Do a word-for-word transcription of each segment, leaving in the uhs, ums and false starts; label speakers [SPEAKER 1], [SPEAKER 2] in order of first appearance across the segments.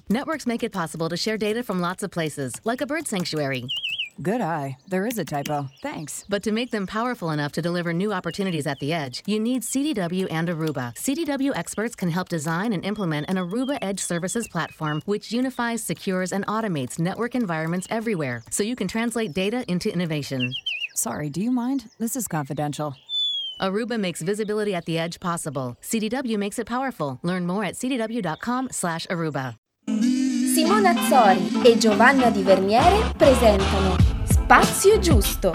[SPEAKER 1] Networks make it possible to share data from lots of places, like a bird sanctuary.
[SPEAKER 2] Good eye. There is a typo. Thanks.
[SPEAKER 1] But to make them powerful enough to deliver new opportunities at the edge, you need C D W and Aruba. C D W experts can help design and implement an Aruba Edge Services platform, which unifies, secures, and automates network environments everywhere, so you can translate data into innovation.
[SPEAKER 2] Sorry, do you mind? This is confidential.
[SPEAKER 1] Aruba makes visibility at the edge possible. C D W makes it powerful. Learn more at c d w dot com slash Aruba.
[SPEAKER 3] Simona Azzori e Giovanna Di Verniere presentano Spazio Giusto.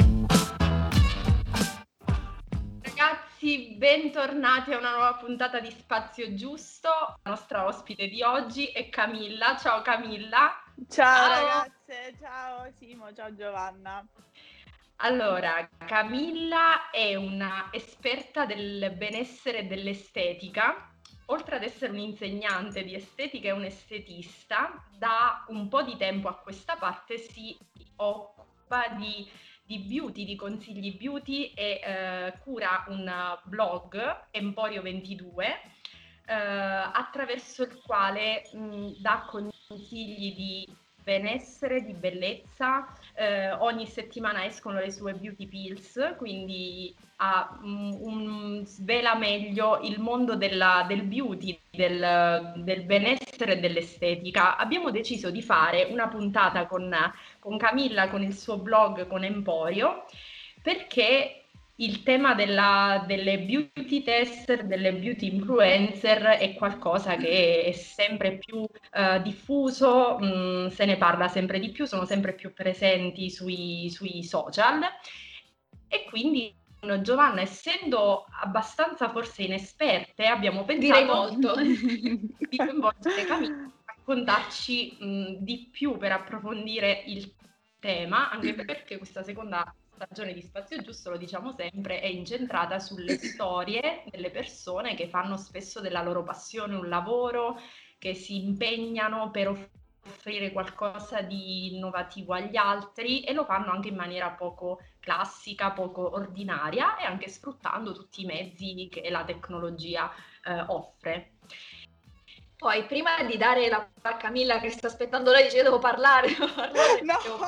[SPEAKER 4] Ragazzi, bentornati a una nuova puntata di Spazio Giusto. La nostra ospite di oggi è Camilla. Ciao Camilla.
[SPEAKER 5] Ciao,
[SPEAKER 4] Ciao.
[SPEAKER 5] ragazze, ciao Simo, ciao Giovanna.
[SPEAKER 4] Allora, Camilla è una esperta del benessere e dell'estetica. Oltre ad essere un'insegnante di estetica e un estetista, da un po' di tempo a questa parte si occupa di, di beauty, di consigli beauty e eh, cura un blog, Emporio ventidue, eh, attraverso il quale mh, dà consigli di benessere, di bellezza. Eh, ogni settimana escono le sue beauty pills, quindi ha, um, un, svela meglio il mondo della, del beauty, del, del benessere e dell'estetica. Abbiamo deciso di fare una puntata con, con Camilla, con il suo blog, con Emporio, perché il tema della, delle beauty tester, delle beauty influencer è qualcosa che è sempre più uh, diffuso, mh, se ne parla sempre di più, sono sempre più presenti sui, sui social, e quindi Giovanna, essendo abbastanza forse inesperte, abbiamo pensato
[SPEAKER 6] Direi molto.
[SPEAKER 4] di coinvolgere Camilla a raccontarci mh, di più per approfondire il tema, anche perché questa seconda stagione di Spazio Giusto, lo diciamo sempre, è incentrata sulle storie delle persone che fanno spesso della loro passione un lavoro, che si impegnano per offrire qualcosa di innovativo agli altri, e lo fanno anche in maniera poco classica, poco ordinaria, e anche sfruttando tutti i mezzi che la tecnologia eh, offre.
[SPEAKER 6] Poi, prima di dare la parola a Camilla che sta aspettando lei, dice io devo parlare, devo parlare
[SPEAKER 5] No.
[SPEAKER 6] devo...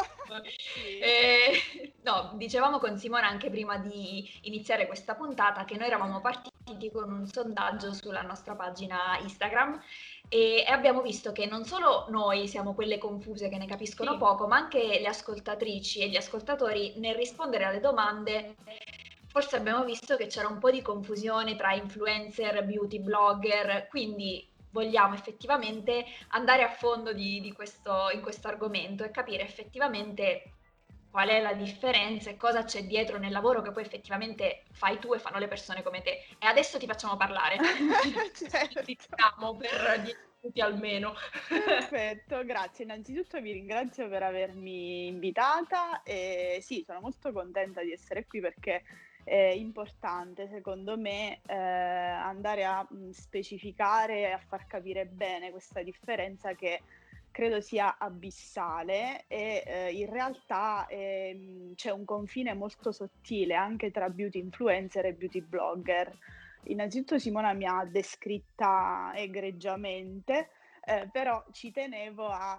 [SPEAKER 6] Eh, no, dicevamo con Simona anche prima di iniziare questa puntata che noi eravamo partiti con un sondaggio sulla nostra pagina Instagram e, e abbiamo visto che non solo noi siamo quelle confuse che ne capiscono
[SPEAKER 4] Sì.
[SPEAKER 6] poco, ma anche le ascoltatrici e gli ascoltatori nel rispondere alle domande. Forse abbiamo visto che c'era un po' di confusione tra influencer, beauty blogger, quindi vogliamo effettivamente andare a fondo di, di questo, in questo argomento e capire effettivamente qual è la differenza e cosa c'è dietro nel lavoro che poi effettivamente fai tu e fanno le persone come te. E adesso ti facciamo parlare.
[SPEAKER 5] Certo.
[SPEAKER 4] Iniziamo per dieci minuti almeno.
[SPEAKER 5] Perfetto, grazie. Innanzitutto vi ringrazio per avermi invitata e sì, sono molto contenta di essere qui perché è importante, secondo me, eh, andare a mh, specificare e a far capire bene questa differenza che credo sia abissale e eh, in realtà ehm, c'è un confine molto sottile anche tra beauty influencer e beauty blogger. Innanzitutto Simona mi ha descritta egregiamente, eh, però ci tenevo a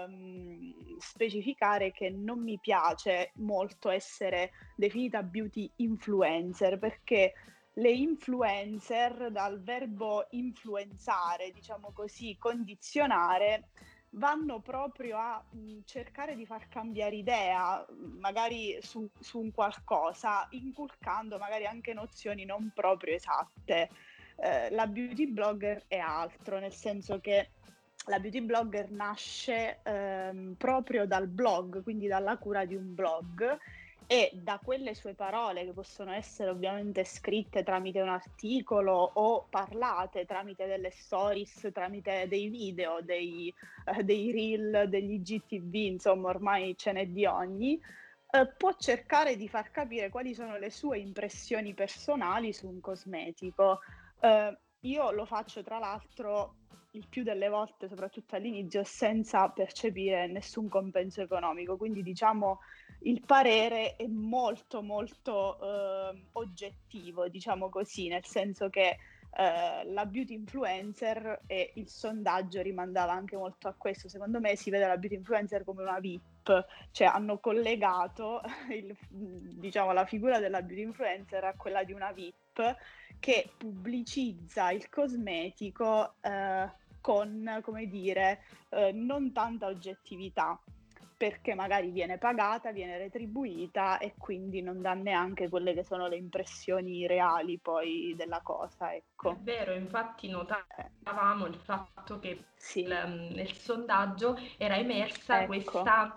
[SPEAKER 5] ehm, specificare che non mi piace molto essere definita beauty influencer, perché le influencer, dal verbo influenzare, diciamo così, condizionare, vanno proprio a mh, cercare di far cambiare idea, mh, magari su, su un qualcosa, inculcando magari anche nozioni non proprio esatte. Eh, la beauty blogger è altro, nel senso che la beauty blogger nasce ehm, proprio dal blog, quindi dalla cura di un blog, e da quelle sue parole, che possono essere ovviamente scritte tramite un articolo o parlate tramite delle stories, tramite dei video, dei, eh, dei reel, degli I G T V, insomma ormai ce n'è di ogni, eh, può cercare di far capire quali sono le sue impressioni personali su un cosmetico. Eh, io lo faccio tra l'altro il più delle volte, soprattutto all'inizio, senza percepire nessun compenso economico, quindi diciamo il parere è molto molto eh, oggettivo, diciamo così, nel senso che eh, la beauty influencer e il sondaggio rimandava anche molto a questo. Secondo me si vede la beauty influencer come una V I P, cioè hanno collegato il, diciamo, la figura della beauty influencer a quella di una V I P che pubblicizza il cosmetico eh, con, come dire, eh, non tanta oggettività, perché magari viene pagata, viene retribuita e quindi non dà neanche quelle che sono le impressioni reali poi della cosa, ecco.
[SPEAKER 4] È vero, infatti notavamo il fatto che
[SPEAKER 5] Sì,
[SPEAKER 4] il- nel sondaggio era emersa
[SPEAKER 5] ecco,
[SPEAKER 4] questa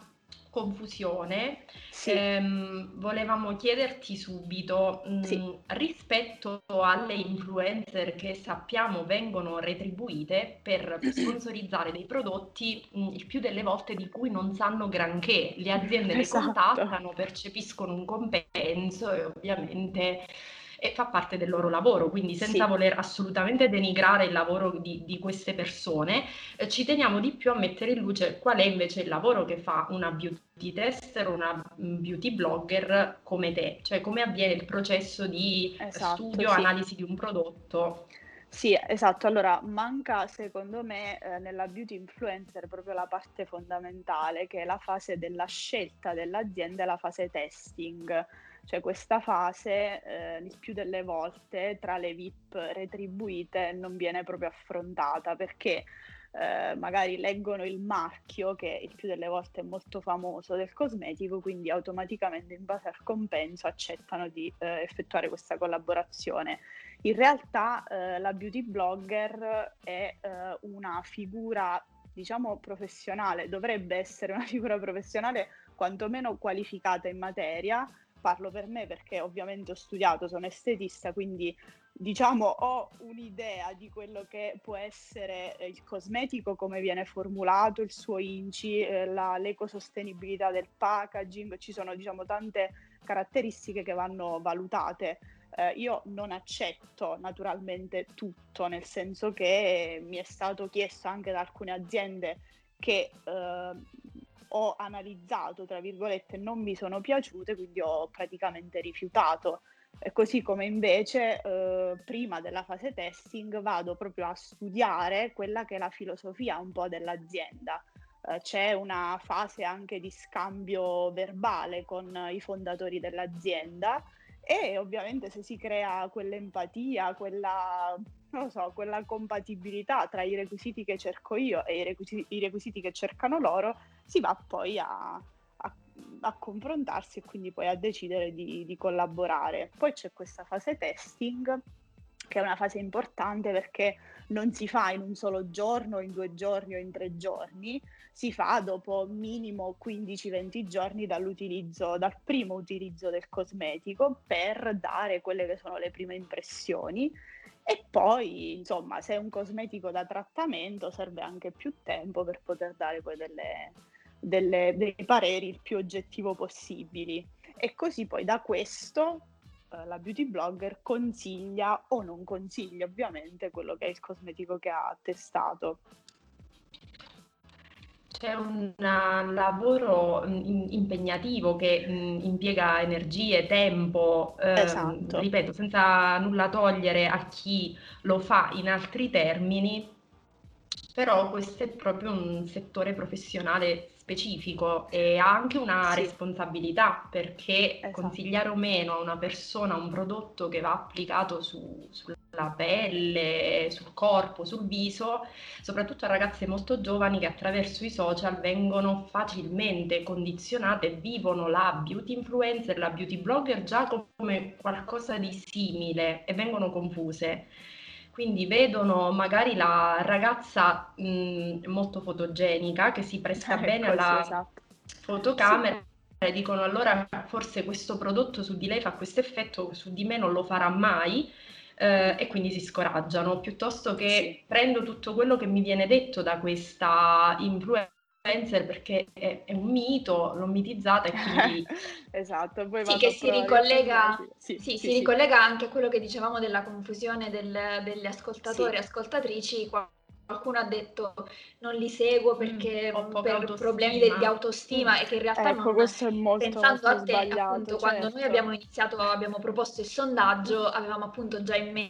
[SPEAKER 4] confusione.
[SPEAKER 5] sì,
[SPEAKER 4] Ehm, volevamo chiederti subito,
[SPEAKER 5] sì,
[SPEAKER 4] mh, rispetto alle influencer che sappiamo vengono retribuite per sponsorizzare dei prodotti, mh, il più delle volte di cui non sanno granché. Le aziende le
[SPEAKER 5] esatto,
[SPEAKER 4] contattano, percepiscono un compenso e ovviamente e fa parte del loro lavoro, quindi senza
[SPEAKER 5] sì,
[SPEAKER 4] voler assolutamente denigrare il lavoro di, di queste persone, eh, ci teniamo di più a mettere in luce qual è invece il lavoro che fa una beauty tester o una mm, beauty blogger come te, cioè come avviene il processo di
[SPEAKER 5] esatto,
[SPEAKER 4] studio,
[SPEAKER 5] sì.
[SPEAKER 4] analisi di un prodotto.
[SPEAKER 5] Sì, esatto. Allora, manca secondo me eh, nella beauty influencer proprio la parte fondamentale, che è la fase della scelta dell'azienda e la fase testing. Cioè questa fase, eh, il più delle volte, tra le V I P retribuite non viene proprio affrontata perché eh, magari leggono il marchio, che il più delle volte è molto famoso, del cosmetico, quindi automaticamente in base al compenso accettano di eh, effettuare questa collaborazione. In realtà eh, la beauty blogger è eh, una figura, diciamo, professionale, dovrebbe essere una figura professionale quantomeno qualificata in materia. Parlo per me perché ovviamente ho studiato, sono estetista, quindi diciamo ho un'idea di quello che può essere eh, il cosmetico, come viene formulato, il suo I N C I, eh, la, l'ecosostenibilità del packaging, ci sono diciamo tante caratteristiche che vanno valutate. Eh, io non accetto naturalmente tutto, nel senso che mi è stato chiesto anche da alcune aziende che eh, ho analizzato, tra virgolette, non mi sono piaciute, quindi ho praticamente rifiutato. E così come invece eh, prima della fase testing vado proprio a studiare quella che è la filosofia un po' dell'azienda. Eh, c'è una fase anche di scambio verbale con i fondatori dell'azienda e ovviamente se si crea quell'empatia, quella, non lo so, quella compatibilità tra i requisiti che cerco io e i requisiti, i requisiti che cercano loro, si va poi a, a, a confrontarsi e quindi poi a decidere di, di collaborare. Poi c'è questa fase testing, che è una fase importante perché non si fa in un solo giorno, in due giorni o in tre giorni, si fa dopo minimo quindici venti giorni dall'utilizzo, dal primo utilizzo del cosmetico, per dare quelle che sono le prime impressioni. E poi, insomma, se è un cosmetico da trattamento serve anche più tempo per poter dare poi delle, delle, dei pareri il più oggettivo possibili. E così poi da questo eh, la beauty blogger consiglia o non consiglia ovviamente quello che è il cosmetico che ha testato.
[SPEAKER 4] C'è un uh, lavoro mm, impegnativo che mm, impiega energie, tempo, ehm,
[SPEAKER 5] Esatto.
[SPEAKER 4] ripeto, senza nulla togliere a chi lo fa in altri termini, però questo è proprio un settore professionale specifico e ha anche una
[SPEAKER 5] Sì,
[SPEAKER 4] responsabilità, perché
[SPEAKER 5] esatto.
[SPEAKER 4] consigliare o meno a una persona un prodotto che va applicato su- sulla pelle, sul corpo, sul viso, soprattutto a ragazze molto giovani che attraverso i social vengono facilmente condizionate e vivono la beauty influencer, la beauty blogger già come qualcosa di simile e vengono confuse. Quindi vedono magari la ragazza mh, molto fotogenica che si presta bene
[SPEAKER 5] Ecco, sì,
[SPEAKER 4] alla
[SPEAKER 5] esatto. Sì,
[SPEAKER 4] fotocamera e dicono allora forse questo prodotto su di lei fa questo effetto, su di me non lo farà mai. Eh, e quindi si scoraggiano, piuttosto che
[SPEAKER 5] sì.
[SPEAKER 4] prendo tutto quello che mi viene detto da questa influencer perché è, è un mito, l'ho mitizzata e quindi
[SPEAKER 5] Esatto, poi
[SPEAKER 6] Sì,
[SPEAKER 5] vado
[SPEAKER 6] che
[SPEAKER 5] a
[SPEAKER 6] si
[SPEAKER 5] provare il
[SPEAKER 6] ricollega,
[SPEAKER 5] cosmetico. Sì,
[SPEAKER 6] sì,
[SPEAKER 5] sì,
[SPEAKER 6] si
[SPEAKER 5] sì.
[SPEAKER 6] ricollega anche a quello che dicevamo della confusione del- degli ascoltatori
[SPEAKER 5] Sì.
[SPEAKER 6] e ascoltatrici. Qua- Qualcuno ha detto non li seguo
[SPEAKER 4] mm,
[SPEAKER 6] perché
[SPEAKER 4] ho
[SPEAKER 6] mh,
[SPEAKER 4] poca
[SPEAKER 6] per problemi de- di
[SPEAKER 4] autostima. Mm.
[SPEAKER 6] autostima e che in realtà
[SPEAKER 5] Ecco,
[SPEAKER 6] non,
[SPEAKER 5] questo è molto,
[SPEAKER 6] pensando
[SPEAKER 5] molto
[SPEAKER 6] a te,
[SPEAKER 5] sbagliato,
[SPEAKER 6] appunto, quando noi
[SPEAKER 5] certo.
[SPEAKER 6] abbiamo iniziato, abbiamo proposto il sondaggio, avevamo appunto già in mente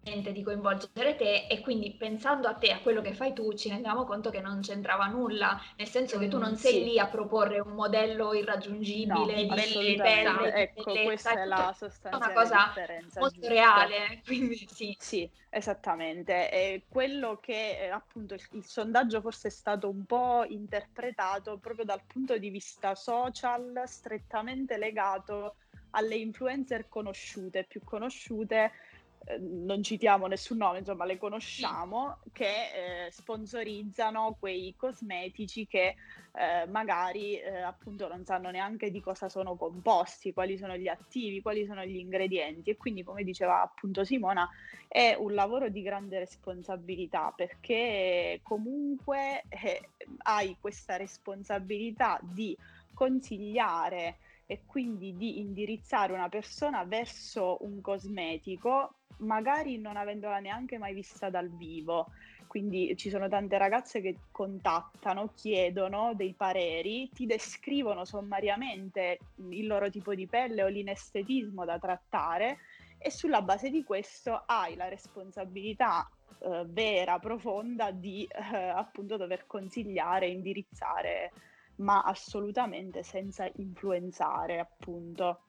[SPEAKER 6] di coinvolgere te, e quindi pensando a te, a quello che fai tu, ci rendiamo conto che non c'entrava nulla, nel senso che tu non sei
[SPEAKER 5] Sì.
[SPEAKER 6] lì a proporre un modello
[SPEAKER 5] No,
[SPEAKER 6] irraggiungibile di
[SPEAKER 5] assolutamente.
[SPEAKER 6] pelle, di
[SPEAKER 5] Ecco,
[SPEAKER 6] bellezza,
[SPEAKER 5] questa
[SPEAKER 6] è
[SPEAKER 5] è
[SPEAKER 6] tutto
[SPEAKER 5] la
[SPEAKER 6] una
[SPEAKER 5] sostanziale
[SPEAKER 6] cosa
[SPEAKER 5] differenza,
[SPEAKER 6] molto
[SPEAKER 5] giusto.
[SPEAKER 6] reale, quindi sì.
[SPEAKER 5] Sì, esattamente. E quello che eh, appunto il, il sondaggio forse è stato un po' interpretato proprio dal punto di vista social, strettamente legato alle influencer conosciute, più conosciute, eh, non citiamo nessun nome, insomma le conosciamo, che eh, sponsorizzano quei cosmetici che eh, magari eh, appunto non sanno neanche di cosa sono composti, quali sono gli attivi, quali sono gli ingredienti, e quindi, come diceva appunto Simona, è un lavoro di grande responsabilità, perché comunque eh, hai questa responsabilità di consigliare e quindi di indirizzare una persona verso un cosmetico, magari non avendola neanche mai vista dal vivo. Quindi ci sono tante ragazze che contattano, chiedono dei pareri, ti descrivono sommariamente il loro tipo di pelle o l'inestetismo da trattare, e sulla base di questo hai la responsabilità eh, vera, profonda di eh, appunto dover consigliare, indirizzare, ma assolutamente senza influenzare, appunto.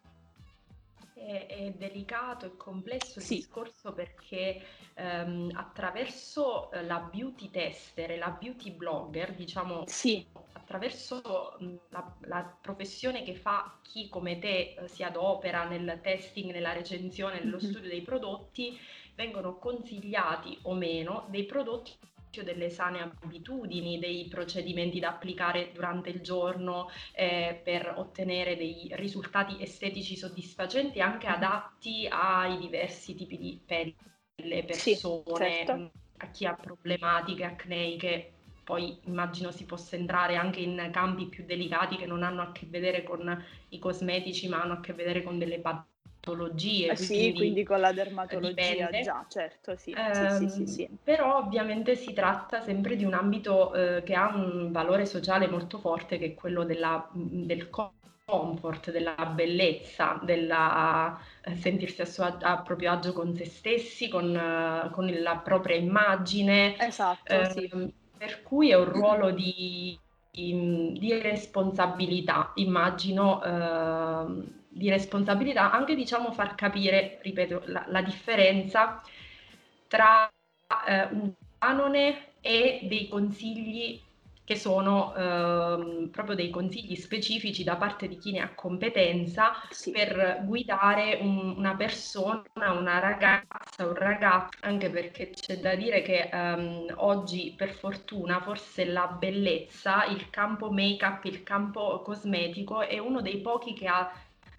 [SPEAKER 4] È, è delicato e complesso il
[SPEAKER 5] Sì.
[SPEAKER 4] discorso, perché ehm, attraverso eh, la beauty tester e la beauty blogger, diciamo,
[SPEAKER 5] Sì,
[SPEAKER 4] attraverso mh, la, la professione che fa chi come te eh, si adopera nel testing, nella recensione, nello
[SPEAKER 5] Mhm.
[SPEAKER 4] studio dei prodotti, vengono consigliati o meno dei prodotti o delle sane abitudini, dei procedimenti da applicare durante il giorno eh, per ottenere dei risultati estetici soddisfacenti, anche
[SPEAKER 5] Mhm.
[SPEAKER 4] adatti ai diversi tipi di pelle,
[SPEAKER 5] Sì,
[SPEAKER 4] persone,
[SPEAKER 5] certo.
[SPEAKER 4] mh, a chi ha problematiche acneiche. Poi immagino si possa entrare anche in campi più delicati che non hanno a che vedere con i cosmetici, ma hanno a che vedere con delle patologie,
[SPEAKER 5] Eh sì,
[SPEAKER 4] quindi
[SPEAKER 5] quindi con la
[SPEAKER 4] eh,
[SPEAKER 5] dermatologia
[SPEAKER 4] dipende.
[SPEAKER 5] già, certo, sì, sì, sì, sì,
[SPEAKER 4] Ehm,
[SPEAKER 5] sì.
[SPEAKER 4] però ovviamente si tratta sempre di un ambito eh, che ha un valore sociale molto forte, che è quello della- del comfort, della bellezza, della eh, sentirsi a, suo ag- a proprio agio con se stessi, con, eh, con la propria immagine,
[SPEAKER 5] Esatto, sì.
[SPEAKER 4] ehm, per cui è un ruolo di, di- di responsabilità, immagino, ehm, di responsabilità, anche diciamo far capire, ripeto, la, la differenza tra eh, un canone e dei consigli che sono ehm, proprio dei consigli specifici da parte di chi ne ha competenza
[SPEAKER 5] Sì.
[SPEAKER 4] per guidare un- una persona, una ragazza, un ragazzo, anche perché c'è da dire che ehm, oggi per fortuna forse la bellezza, il campo make-up, il campo cosmetico è uno dei pochi che ha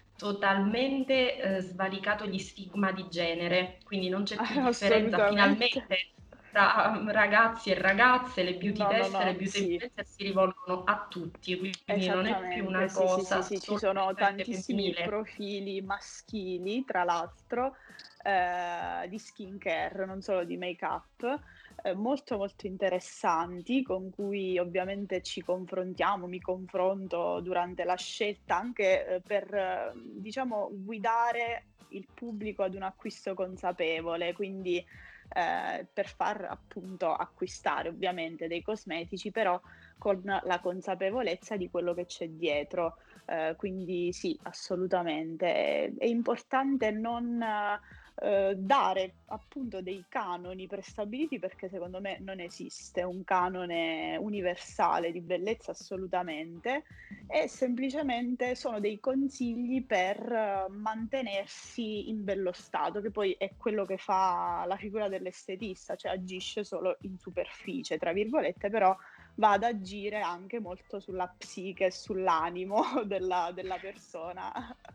[SPEAKER 4] totalmente eh, svalicato gli stigma di genere, quindi non c'è più differenza
[SPEAKER 5] Assolutamente.
[SPEAKER 4] finalmente tra um, ragazzi e ragazze, le beauty
[SPEAKER 5] No, no,
[SPEAKER 4] tester e
[SPEAKER 5] no,
[SPEAKER 4] le beauty
[SPEAKER 5] sì.
[SPEAKER 4] influencer si rivolgono a tutti, quindi non è più
[SPEAKER 5] Esattamente,
[SPEAKER 4] una
[SPEAKER 5] sì, sì, sì,
[SPEAKER 4] cosa
[SPEAKER 5] sì, ci sono
[SPEAKER 4] solamente
[SPEAKER 5] tantissimi
[SPEAKER 4] femminile.
[SPEAKER 5] profili maschili, tra l'altro, eh, di skincare, non solo di make-up, eh, molto molto interessanti, con cui ovviamente ci confrontiamo, mi confronto durante la scelta, anche eh, per, eh, diciamo, guidare il pubblico ad un acquisto consapevole, quindi eh, per far appunto acquistare ovviamente dei cosmetici, però con la consapevolezza di quello che c'è dietro. Eh, quindi sì, assolutamente. È, è importante non eh, dare appunto dei canoni prestabiliti, perché secondo me non esiste un canone universale di bellezza, assolutamente, e semplicemente sono dei consigli per eh, mantenersi in bello stato, che poi è quello che fa la figura dell'estetista, cioè agisce solo in superficie, tra virgolette, però va ad agire anche molto sulla psiche e sull'animo della, della persona.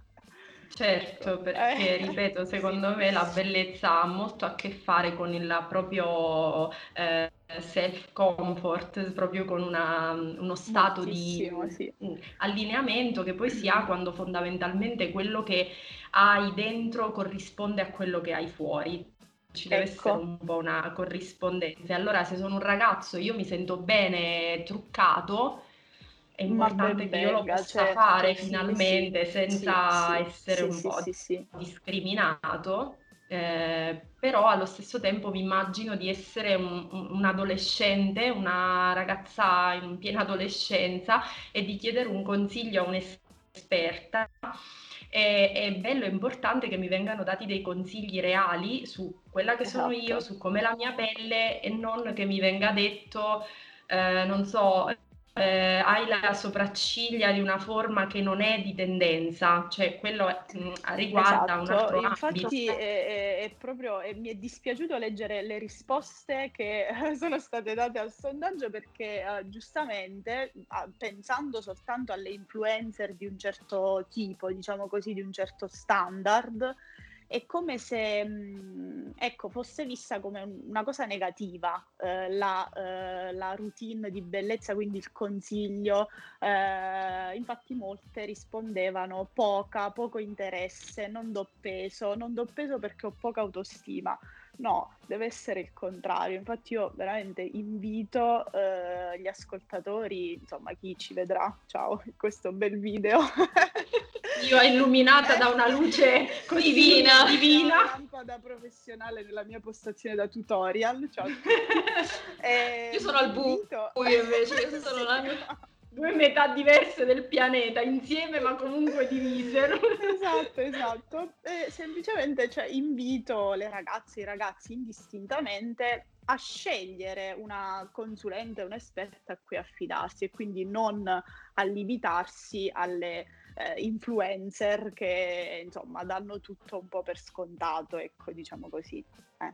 [SPEAKER 4] Certo,
[SPEAKER 5] Ecco.
[SPEAKER 4] perché
[SPEAKER 5] Eh,
[SPEAKER 4] ripeto,
[SPEAKER 5] sì.
[SPEAKER 4] secondo me la bellezza ha molto a che fare con il proprio eh, self-comfort, proprio con una- uno stato di
[SPEAKER 5] Moltissimo, sì.
[SPEAKER 4] mm, allineamento che poi si ha quando fondamentalmente quello che hai dentro corrisponde a quello che hai fuori. Ci deve essere
[SPEAKER 5] Ecco,
[SPEAKER 4] un po' una corrispondenza. E allora, se sono un ragazzo e io mi sento bene truccato, è
[SPEAKER 5] ma
[SPEAKER 4] importante
[SPEAKER 5] ben
[SPEAKER 4] che io lo
[SPEAKER 5] venga,
[SPEAKER 4] possa
[SPEAKER 5] certo,
[SPEAKER 4] fare
[SPEAKER 5] sì, sì,
[SPEAKER 4] finalmente
[SPEAKER 5] sì,
[SPEAKER 4] senza
[SPEAKER 5] sì,
[SPEAKER 4] essere
[SPEAKER 5] sì,
[SPEAKER 4] un
[SPEAKER 5] sì,
[SPEAKER 4] po'
[SPEAKER 5] sì, sì.
[SPEAKER 4] discriminato. eh, però allo stesso tempo vi immagino di essere un, un- un adolescente, una ragazza in piena adolescenza e di chiedere un consiglio a un'esperta. È, è bello e importante che mi vengano dati dei consigli reali su quella che sono io,
[SPEAKER 5] Esatto.
[SPEAKER 4] su com'è la mia pelle e non che mi venga detto, eh, non so, eh, hai la sopracciglia di una forma che non è di tendenza, cioè quello è- mh, riguarda un
[SPEAKER 5] Esatto,
[SPEAKER 4] altro ambito.
[SPEAKER 5] infatti è, è- è proprio, e mi è dispiaciuto leggere le risposte che sono state date al sondaggio perché eh, giustamente, ah, pensando soltanto alle influencer di un certo tipo, diciamo così, di un certo standard, è come se, mh, ecco, fosse vista come un- una cosa negativa, eh, la, eh, la routine di bellezza, quindi il consiglio. Eh, infatti molte rispondevano poca, poco interesse, non do peso, non do peso perché ho poca autostima. No, deve essere il contrario. Infatti io veramente invito eh, gli ascoltatori, insomma chi ci vedrà, ciao, in questo bel video.
[SPEAKER 4] Io illuminata
[SPEAKER 5] Eh,
[SPEAKER 4] da una luce così
[SPEAKER 6] Divina.
[SPEAKER 4] divina.
[SPEAKER 5] una lampada professionale nella mia postazione da tutorial. Ciao a tutti. Eh,
[SPEAKER 6] Io sono al
[SPEAKER 5] invito-
[SPEAKER 6] buio invece, io sono
[SPEAKER 5] Sì,
[SPEAKER 6] la-
[SPEAKER 5] no.
[SPEAKER 4] Due metà diverse del pianeta, insieme ma comunque divise.
[SPEAKER 5] Esatto, esatto. E semplicemente, cioè, invito le ragazze e i ragazzi indistintamente a scegliere una consulente, un'esperta a cui affidarsi e quindi non a limitarsi alle eh, influencer che insomma danno tutto un po' per scontato, ecco, diciamo così. Eh.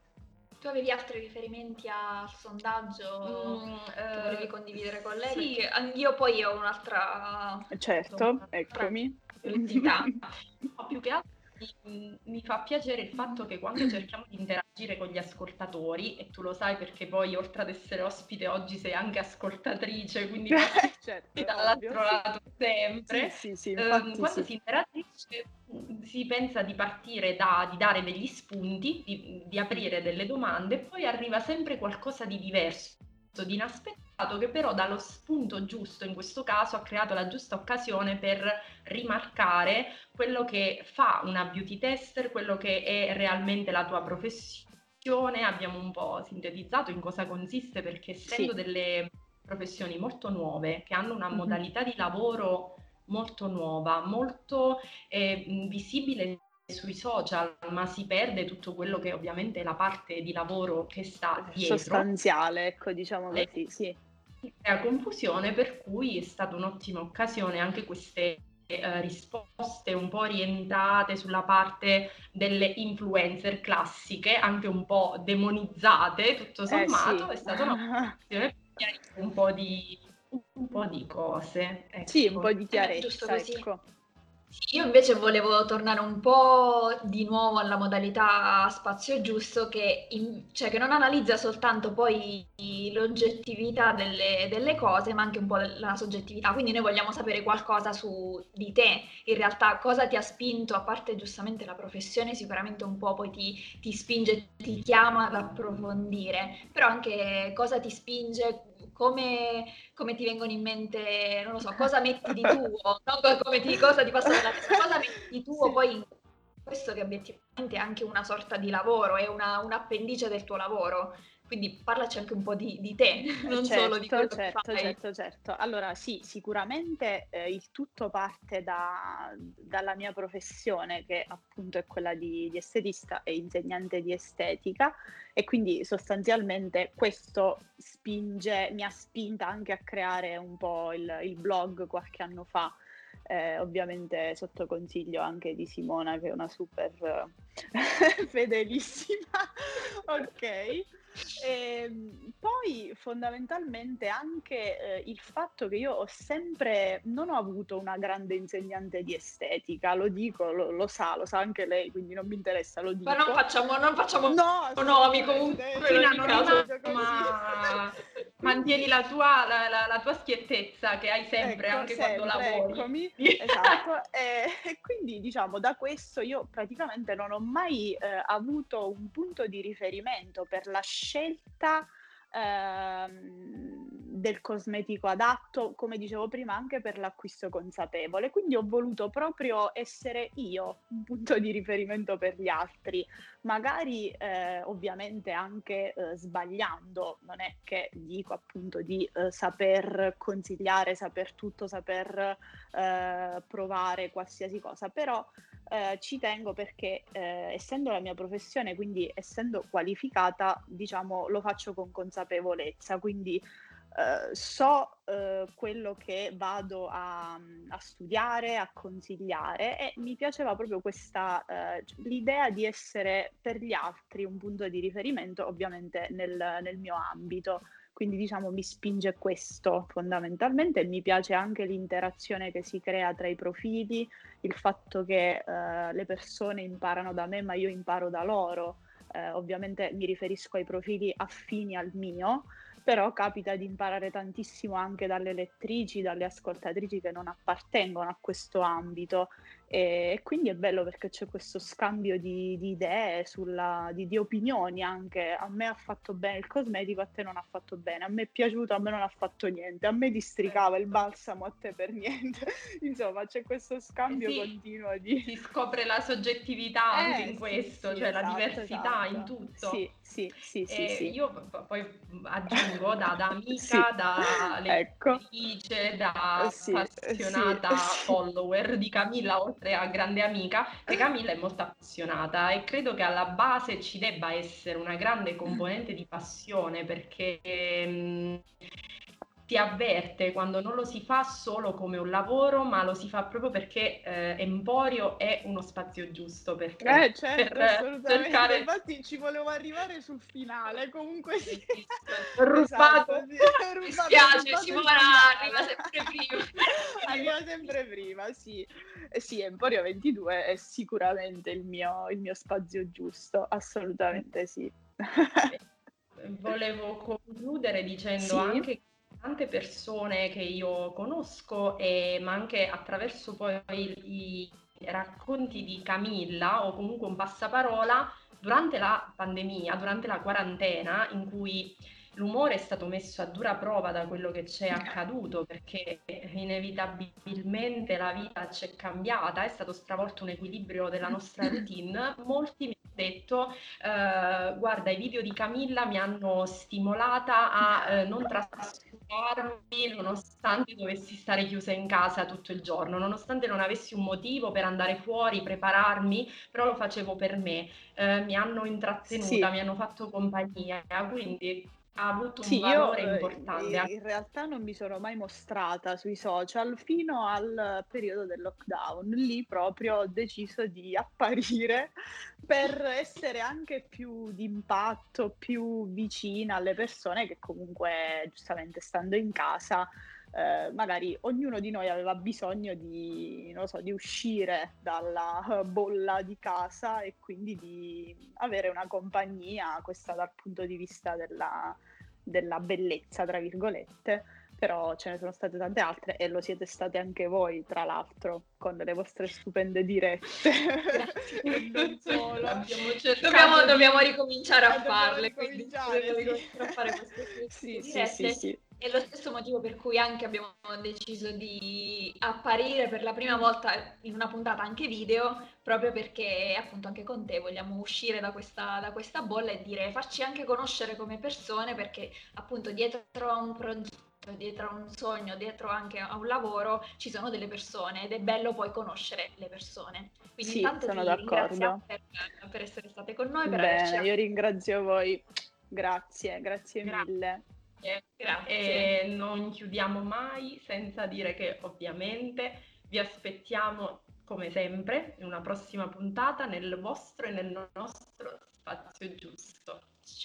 [SPEAKER 6] Tu avevi altri riferimenti al sondaggio
[SPEAKER 4] Mm,
[SPEAKER 6] che volevi
[SPEAKER 4] eh,
[SPEAKER 6] condividere con lei?
[SPEAKER 4] sì.
[SPEAKER 6] Perché an- io poi ho un'altra
[SPEAKER 5] Certo,
[SPEAKER 6] insomma,
[SPEAKER 5] eccomi.
[SPEAKER 6] curiosità.
[SPEAKER 4] No, più che altro mi, mi fa piacere il fatto che quando cerchiamo di interagire con gli ascoltatori, e tu lo sai perché poi oltre ad essere ospite oggi sei anche ascoltatrice, quindi passi
[SPEAKER 5] Certo,
[SPEAKER 4] dall'altro
[SPEAKER 5] ovvio.
[SPEAKER 4] lato sempre,
[SPEAKER 5] Sì, sì, sì,
[SPEAKER 4] ehm,
[SPEAKER 5] infatti
[SPEAKER 4] quando
[SPEAKER 5] sì.
[SPEAKER 4] si interagisce mh, si pensa di partire da, di dare degli spunti, di, di aprire delle domande, e poi arriva sempre qualcosa di diverso, di inaspettato, che però dà lo spunto giusto, in questo caso ha creato la giusta occasione per rimarcare quello che fa una beauty tester, quello che è realmente la tua professione. Abbiamo un po' sintetizzato in cosa consiste, perché essendo
[SPEAKER 5] Sì.
[SPEAKER 4] delle professioni molto nuove, che hanno una
[SPEAKER 5] Mhm.
[SPEAKER 4] modalità di lavoro molto nuova, molto eh, mh, visibile sui social, ma si perde tutto quello che ovviamente è la parte di lavoro che sta dietro,
[SPEAKER 5] Sostanziale, ecco, diciamo
[SPEAKER 4] le-
[SPEAKER 5] così, sì.
[SPEAKER 4] crea confusione, per cui è stata un'ottima occasione anche queste eh, risposte un po' orientate sulla parte delle influencer classiche, anche un po' demonizzate, tutto
[SPEAKER 5] Eh
[SPEAKER 4] sommato,
[SPEAKER 5] sì.
[SPEAKER 4] è stata un'occasione per chiarire un po' di, un po' di cose.
[SPEAKER 5] Sì, un
[SPEAKER 4] Ecco.
[SPEAKER 5] po' di
[SPEAKER 6] Eh, giusto
[SPEAKER 5] chiarezza,
[SPEAKER 6] così.
[SPEAKER 5] ecco.
[SPEAKER 6] Sì, io invece volevo tornare un po' di nuovo alla modalità spazio giusto che, in- cioè, che non analizza soltanto poi l'oggettività delle, delle cose, ma anche un po' la soggettività. Quindi noi vogliamo sapere qualcosa su di te, in realtà cosa ti ha spinto, a parte giustamente la professione, sicuramente un po' poi ti, ti spinge, ti chiama ad approfondire, però anche cosa ti spinge, come come ti vengono in mente, non lo so, cosa metti di tuo, non co- come ti, cosa ti passa per la testa, cosa metti di tuo
[SPEAKER 5] Sì.
[SPEAKER 6] poi in questo che obiettivamente è anche una sorta di lavoro, è una, un appendice del tuo lavoro, quindi parlaci anche un po' di, di te, non solo di
[SPEAKER 5] Certo,
[SPEAKER 6] quello che
[SPEAKER 5] certo,
[SPEAKER 6] fai.
[SPEAKER 5] certo, certo. Allora sì, sicuramente eh, il tutto parte da- dalla mia professione, che appunto è quella di, di estetista e insegnante di estetica, e quindi sostanzialmente questo spinge, mi ha spinta anche a creare un po' il, il blog qualche anno fa, eh, ovviamente sotto consiglio anche di Simona, che è una super eh, fedelissima. Ok. Ehm, poi fondamentalmente anche eh, il fatto che io ho sempre, non ho avuto una grande insegnante di estetica, lo dico, lo, lo sa, lo sa anche lei, quindi non mi interessa, lo dico.
[SPEAKER 6] Ma non facciamo, non facciamo
[SPEAKER 5] No,
[SPEAKER 6] nomi
[SPEAKER 5] assolutamente,
[SPEAKER 6] comunque
[SPEAKER 5] sì,
[SPEAKER 6] in
[SPEAKER 4] In
[SPEAKER 6] ogni caso.
[SPEAKER 4] anonimato,
[SPEAKER 5] meglio così.
[SPEAKER 4] ma
[SPEAKER 5] Quindi-
[SPEAKER 4] mantieni la tua, la, la- la tua schiettezza che hai sempre,
[SPEAKER 5] Ecco,
[SPEAKER 4] anche quando
[SPEAKER 5] sempre,
[SPEAKER 4] lavori.
[SPEAKER 5] eccomi, esatto. E, e quindi diciamo da questo io praticamente non ho mai eh, avuto un punto di riferimento per la scelta ehm, del cosmetico adatto, come dicevo prima, anche per l'acquisto consapevole. Quindi ho voluto proprio essere io un punto di riferimento per gli altri, magari eh, ovviamente anche eh, sbagliando, non è che dico appunto di eh, saper consigliare, saper tutto, saper eh, provare qualsiasi cosa, però eh, ci tengo perché eh, essendo la mia professione, quindi essendo qualificata, diciamo, lo faccio con consapevolezza, quindi eh, so eh, quello che vado a, a studiare, a consigliare, e mi piaceva proprio questa eh, l'idea di essere per gli altri un punto di riferimento, ovviamente nel, nel mio ambito. Quindi diciamo mi spinge questo fondamentalmente, e mi piace anche l'interazione che si crea tra i profili, il fatto che eh, le persone imparano da me, ma io imparo da loro. Eh, ovviamente mi riferisco ai profili affini al mio, però capita di imparare tantissimo anche dalle lettrici, dalle ascoltatrici che non appartengono a questo ambito, e quindi è bello perché c'è questo scambio di, di idee, sulla, di, di opinioni anche. A me ha fatto bene il cosmetico, a te non ha fatto bene, a me è piaciuto, a me non ha fatto niente, a me districava il balsamo, a te per niente. Insomma, c'è questo scambio
[SPEAKER 4] Sì,
[SPEAKER 5] continuo di...
[SPEAKER 4] si scopre la soggettività anche
[SPEAKER 5] Eh
[SPEAKER 4] in
[SPEAKER 5] sì,
[SPEAKER 4] questo,
[SPEAKER 5] sì,
[SPEAKER 4] cioè la
[SPEAKER 5] esatto,
[SPEAKER 4] diversità in
[SPEAKER 5] esatto.
[SPEAKER 4] tutto.
[SPEAKER 5] Sì, sì, sì, sì,
[SPEAKER 4] E
[SPEAKER 5] sì.
[SPEAKER 4] io p- poi aggiungo da, da
[SPEAKER 5] Sì,
[SPEAKER 4] amica, da
[SPEAKER 5] ecco.
[SPEAKER 4] lettrice,
[SPEAKER 5] Eh,
[SPEAKER 4] da
[SPEAKER 5] Sì, eh, sì,
[SPEAKER 4] appassionata
[SPEAKER 5] sì.
[SPEAKER 4] follower di Camilla, oltre a grande amica, che Camilla è molto appassionata e credo che alla base ci debba essere una grande componente di passione, perché mh, si avverte quando non lo si fa solo come un lavoro, ma lo si fa proprio perché eh, Emporio è uno spazio giusto per te,
[SPEAKER 5] Eh certo,
[SPEAKER 4] per
[SPEAKER 5] assolutamente.
[SPEAKER 4] cercare.
[SPEAKER 5] Infatti ci volevo arrivare sul finale, comunque sì.
[SPEAKER 4] Bellissimo. Ho
[SPEAKER 5] Esatto,
[SPEAKER 4] rubato.
[SPEAKER 5] sì. Ho
[SPEAKER 6] Mi
[SPEAKER 5] rubato, ho
[SPEAKER 6] spiace,
[SPEAKER 5] rubato il
[SPEAKER 6] Simona arriva
[SPEAKER 5] finale.
[SPEAKER 6] sempre prima.
[SPEAKER 5] Arriva sempre prima, sì. Eh sì, Emporio ventidue è sicuramente il mio, il mio spazio giusto, assolutamente sì.
[SPEAKER 4] Volevo concludere dicendo
[SPEAKER 5] Sì,
[SPEAKER 4] anche che tante persone che io conosco, e, ma anche attraverso poi i, i racconti di Camilla o comunque un passaparola, durante la pandemia, durante la quarantena, in cui l'umore è stato messo a dura prova da quello che c'è accaduto, perché inevitabilmente la vita ci è cambiata, è stato stravolto un equilibrio della nostra routine, molti mi hanno detto eh, guarda, i video di Camilla mi hanno stimolata a eh, non trascurarmi nonostante dovessi stare chiusa in casa tutto il giorno, nonostante non avessi un motivo per andare fuori, prepararmi, però lo facevo per me. Eh, mi hanno intrattenuta,
[SPEAKER 5] sì.
[SPEAKER 4] mi hanno fatto compagnia, quindi ha avuto un
[SPEAKER 5] Sì, io
[SPEAKER 4] valore
[SPEAKER 5] eh,
[SPEAKER 4] importante.
[SPEAKER 5] in realtà non mi sono mai mostrata sui social fino al periodo del lockdown. Lì proprio ho deciso di apparire per essere anche più d'impatto, più vicina alle persone che comunque, giustamente, stando in casa, eh, magari ognuno di noi aveva bisogno di, non lo so, di uscire dalla eh, bolla di casa, e quindi di avere una compagnia, questa dal punto di vista della della bellezza, tra virgolette, però ce ne sono state tante altre, e lo siete state anche voi, tra l'altro, con le vostre stupende dirette. E non solo.
[SPEAKER 4] Abbiamo cercato
[SPEAKER 6] Dobbiamo,
[SPEAKER 4] di-
[SPEAKER 6] dobbiamo ricominciare
[SPEAKER 5] Eh,
[SPEAKER 6] a
[SPEAKER 5] dobbiamo
[SPEAKER 6] farle, quindi
[SPEAKER 5] ricominciare,
[SPEAKER 6] dobbiamo
[SPEAKER 5] sì.
[SPEAKER 6] ricominciare a fare queste
[SPEAKER 5] Sì, sì,
[SPEAKER 6] dirette.
[SPEAKER 5] sì, sì.
[SPEAKER 6] È lo stesso motivo per cui anche abbiamo deciso di apparire per la prima volta in una puntata anche video, proprio perché appunto anche con te vogliamo uscire da questa, da questa bolla e dire, farci anche conoscere come persone, perché appunto dietro a un progetto, dietro a un sogno, dietro anche a un lavoro ci sono delle persone, ed è bello poi conoscere le persone. Quindi
[SPEAKER 5] Sì,
[SPEAKER 6] intanto
[SPEAKER 5] sono
[SPEAKER 6] ti ringraziamo
[SPEAKER 5] d'accordo.
[SPEAKER 6] per, per essere state con noi, per averci
[SPEAKER 5] Bene, io
[SPEAKER 6] raccontato.
[SPEAKER 5] ringrazio voi. Grazie, grazie mille.
[SPEAKER 6] Grazie, grazie.
[SPEAKER 4] E non chiudiamo mai senza dire che ovviamente vi aspettiamo come sempre in una prossima puntata nel vostro e nel nostro spazio giusto.